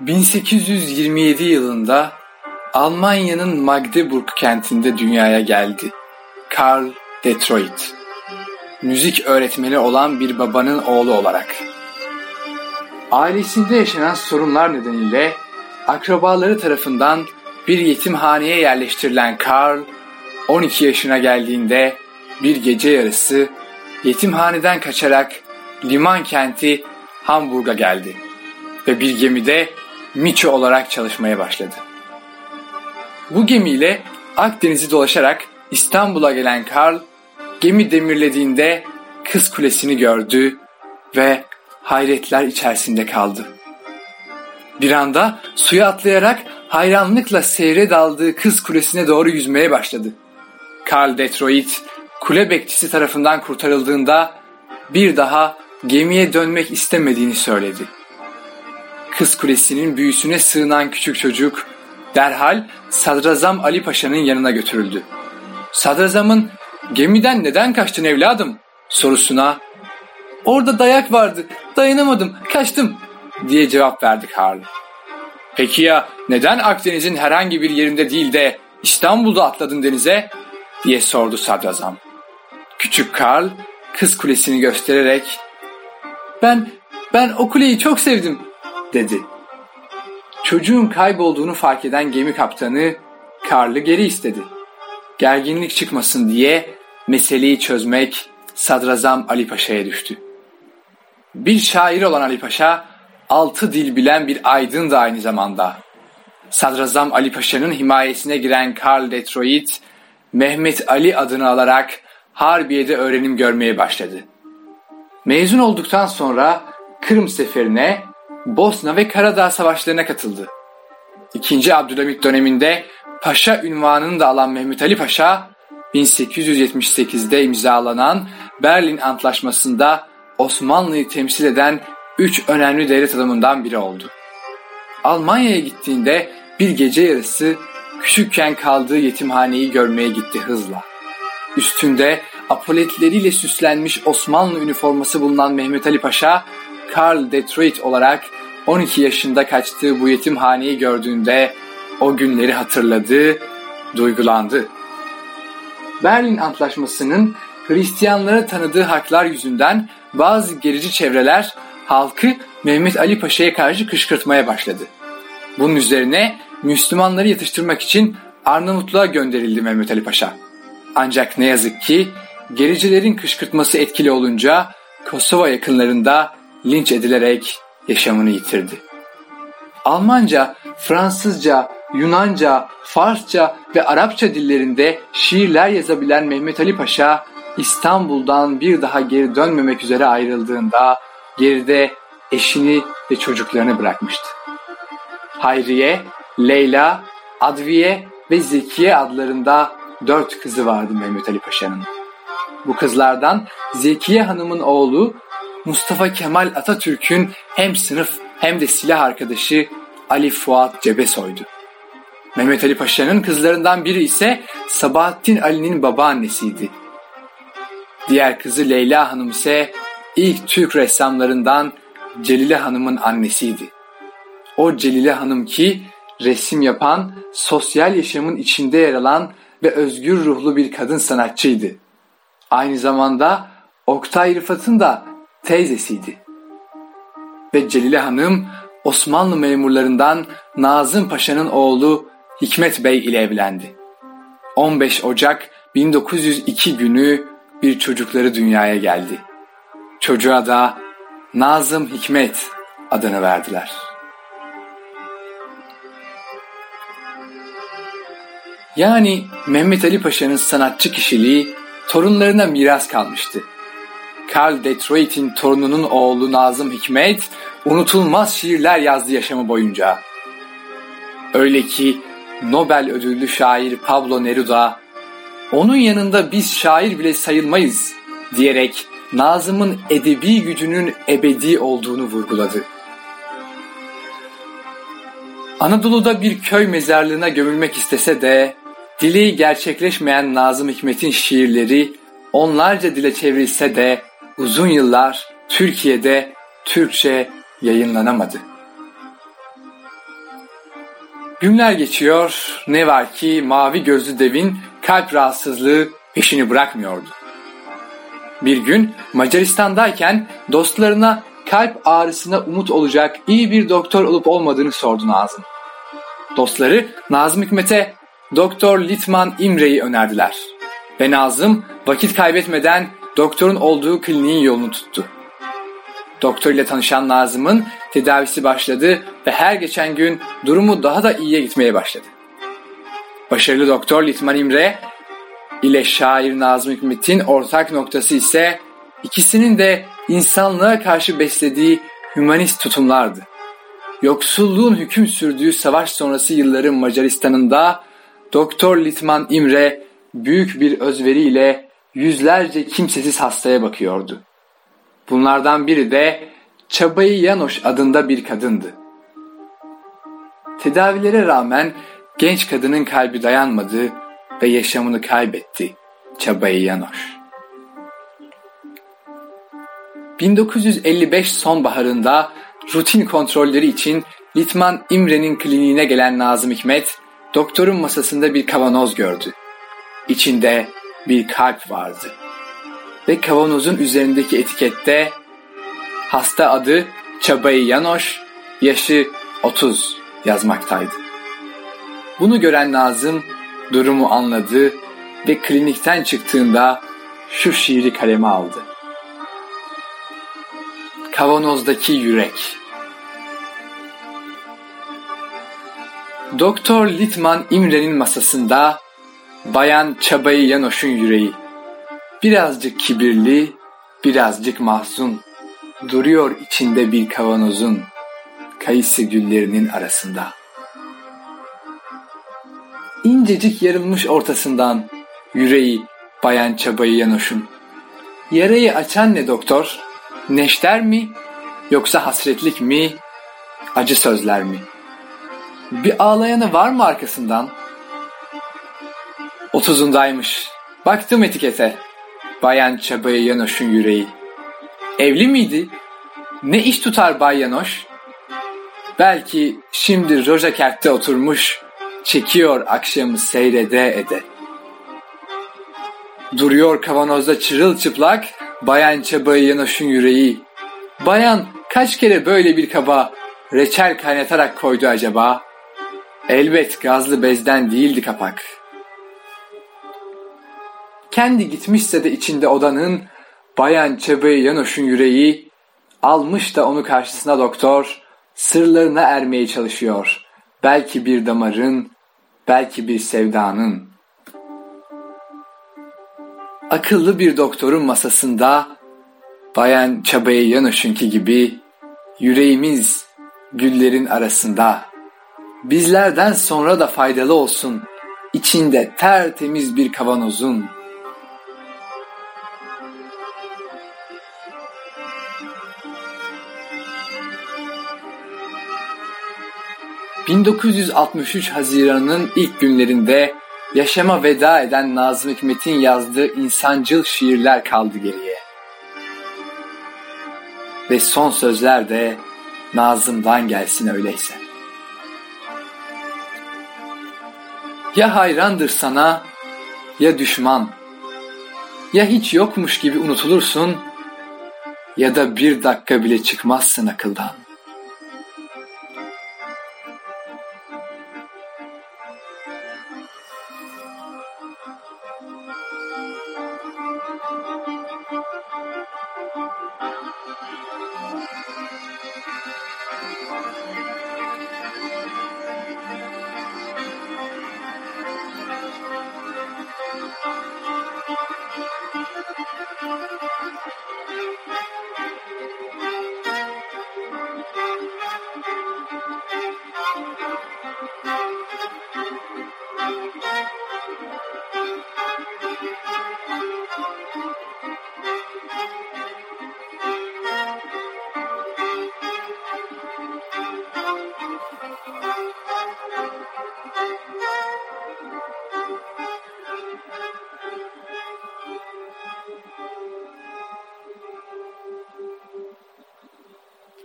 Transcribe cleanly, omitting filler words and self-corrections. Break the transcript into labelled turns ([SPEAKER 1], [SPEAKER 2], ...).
[SPEAKER 1] 1827 yılında Almanya'nın Magdeburg kentinde dünyaya geldi. Karl Detroit. Müzik öğretmeni olan bir babanın oğlu olarak. Ailesinde yaşanan sorunlar nedeniyle akrabaları tarafından bir yetimhaneye yerleştirilen Karl, 12 yaşına geldiğinde bir gece yarısı yetimhaneden kaçarak liman kenti Hamburg'a geldi ve bir gemide miço olarak çalışmaya başladı. Bu gemiyle Akdeniz'i dolaşarak İstanbul'a gelen Karl, gemi demirlediğinde Kız Kulesi'ni gördü ve hayretler içerisinde kaldı. Bir anda suya atlayarak hayranlıkla seyre daldığı Kız Kulesi'ne doğru yüzmeye başladı. Karl Detroit, kule bekçisi tarafından kurtarıldığında bir daha gemiye dönmek istemediğini söyledi. Kız Kulesi'nin büyüsüne sığınan küçük çocuk derhal Sadrazam Ali Paşa'nın yanına götürüldü. Sadrazamın "Gemiden neden kaçtın evladım?" sorusuna "Orada dayak vardı, dayanamadım, kaçtım" diye cevap verdi Karl. "Peki ya neden Akdeniz'in herhangi bir yerinde değil de İstanbul'da atladın denize?" diye sordu Sadrazam. Küçük Karl Kız Kulesi'ni göstererek "Ben o kuleyi çok sevdim" dedi. Çocuğun kaybolduğunu fark eden gemi kaptanı Karl'ı geri istedi. Gerginlik çıkmasın diye meseleyi çözmek Sadrazam Ali Paşa'ya düştü. Bir şair olan Ali Paşa, 6 dil bilen bir aydın da aynı zamanda. Sadrazam Ali Paşa'nın himayesine giren Karl Detroit, Mehmet Ali adını alarak Harbiye'de öğrenim görmeye başladı. Mezun olduktan sonra Kırım Seferi'ne, Bosna ve Karadağ savaşlarına katıldı. 2. Abdülhamit döneminde Paşa unvanını da alan Mehmet Ali Paşa, 1878'de imzalanan Berlin Antlaşması'nda Osmanlı'yı temsil eden 3 önemli devlet adamından biri oldu. Almanya'ya gittiğinde bir gece yarısı küçükken kaldığı yetimhaneyi görmeye gitti hızla. Üstünde apoletleriyle süslenmiş Osmanlı üniforması bulunan Mehmet Ali Paşa, Karl Detroit olarak 12 yaşında kaçtığı bu yetimhaneyi gördüğünde o günleri hatırladı, duygulandı. Berlin Antlaşması'nın Hristiyanlara tanıdığı haklar yüzünden bazı gerici çevreler halkı Mehmet Ali Paşa'ya karşı kışkırtmaya başladı. Bunun üzerine Müslümanları yatıştırmak için Arnavutluğa gönderildi Mehmet Ali Paşa. Ancak ne yazık ki gericilerin kışkırtması etkili olunca Kosova yakınlarında linç edilerek yaşamını yitirdi. Almanca, Fransızca, Yunanca, Farsça ve Arapça dillerinde şiirler yazabilen Mehmet Ali Paşa, İstanbul'dan bir daha geri dönmemek üzere ayrıldığında geride eşini ve çocuklarını bırakmıştı. Hayriye, Leyla, Adviye ve Zekiye adlarında 4 kızı vardı Mehmet Ali Paşa'nın. Bu kızlardan Zekiye Hanım'ın oğlu Mustafa Kemal Atatürk'ün hem sınıf hem de silah arkadaşı Ali Fuat Cebesoy'du. Mehmet Ali Paşa'nın kızlarından biri ise Sabahattin Ali'nin babaannesiydi. Diğer kızı Leyla Hanım ise ilk Türk ressamlarından Celile Hanım'ın annesiydi. O Celile Hanım ki resim yapan, sosyal yaşamın içinde yer alan ve özgür ruhlu bir kadın sanatçıydı. Aynı zamanda Oktay Rıfat'ın da teyzesiydi. Ve Celile Hanım Osmanlı memurlarından Nazım Paşa'nın oğlu Hikmet Bey ile evlendi. 15 Ocak 1902 günü bir çocukları dünyaya geldi. Çocuğa da Nazım Hikmet adını verdiler. Yani Mehmet Ali Paşa'nın sanatçı kişiliği torunlarına miras kalmıştı. Karl Detroit'in torununun oğlu Nazım Hikmet unutulmaz şiirler yazdı yaşamı boyunca. Öyle ki Nobel ödüllü şair Pablo Neruda, "Onun yanında biz şair bile sayılmayız" diyerek Nazım'ın edebi gücünün ebedi olduğunu vurguladı. Anadolu'da bir köy mezarlığına gömülmek istese de dileği gerçekleşmeyen Nazım Hikmet'in şiirleri onlarca dile çevrilse de uzun yıllar Türkiye'de Türkçe yayınlanamadı. Günler geçiyor, ne var ki mavi gözlü devin kalp rahatsızlığı peşini bırakmıyordu. Bir gün Macaristan'dayken dostlarına kalp ağrısına umut olacak iyi bir doktor olup olmadığını sordu Nazım. Dostları Nazım Hikmet'e Doktor Litman İmre'yi önerdiler. Ve Nazım vakit kaybetmeden doktorun olduğu kliniğin yolunu tuttu. Doktor ile tanışan Nazım'ın tedavisi başladı ve her geçen gün durumu daha da iyiye gitmeye başladı. Başarılı doktor Litman İmre ile şair Nazım Hikmet'in ortak noktası ise ikisinin de insanlığa karşı beslediği hümanist tutumlardı. Yoksulluğun hüküm sürdüğü savaş sonrası yılların Macaristan'ında Doktor Litman İmre büyük bir özveriyle yüzlerce kimsesiz hastaya bakıyordu. Bunlardan biri de Çabayı Yanoş adında bir kadındı. Tedavilere rağmen genç kadının kalbi dayanmadı ve yaşamını kaybetti Çabayı Yanoş. 1955 sonbaharında rutin kontrolleri için Litman İmre'nin kliniğine gelen Nazım Hikmet, doktorun masasında bir kavanoz gördü. İçinde bir kalp vardı. Ve kavanozun üzerindeki etikette hasta adı Çabayı Yanoş, yaşı 30 yazmaktaydı. Bunu gören Nazım durumu anladı ve klinikten çıktığında şu şiiri kaleme aldı. Kavanozdaki yürek. Doktor Litman İmre'nin masasında Bayan Çabayı Yanoş'un yüreği. Birazcık kibirli, birazcık mahzun, duruyor içinde bir kavanozun, kayısı güllerinin arasında. İncecik yarılmış ortasından yüreği Bayan Çabayı Yanoş'un. Yarayı açan ne doktor? Neşter mi? Yoksa hasretlik mi? Acı sözler mi? Bir ağlayanı var mı arkasından? 30'undaymış. Baktım etikete. Bayan Çabayı Yanoş'un yüreği. Evli miydi? Ne iş tutar Bay Yanoş? Belki şimdi Rojakert'te oturmuş, çekiyor akşamı seyrede ede. Duruyor kavanozda çırılçıplak Bayan Çabayı Yanoş'un yüreği. Bayan kaç kere böyle bir kaba reçel kaynatarak koydu acaba? Elbet gazlı bezden değildi kapak. Kendi gitmişse de içinde odanın Bayan Çabayı Yanoş'un yüreği, almış da onu karşısına doktor, sırlarına ermeye çalışıyor. Belki bir damarın, belki bir sevdanın. Akıllı bir doktorun masasında Bayan Çabayı Yanoş'unki gibi yüreğimiz güllerin arasında. Bizlerden sonra da faydalı olsun içinde tertemiz bir kavanozun. ...1963 Haziran'ın ilk günlerinde yaşama veda eden Nazım Hikmet'in yazdığı insancıl şiirler kaldı geriye. Ve son sözler de Nazım'dan gelsin öyleyse. Ya hayrandır sana, ya düşman, ya hiç yokmuş gibi unutulursun, ya da bir dakika bile çıkmazsın akıldan.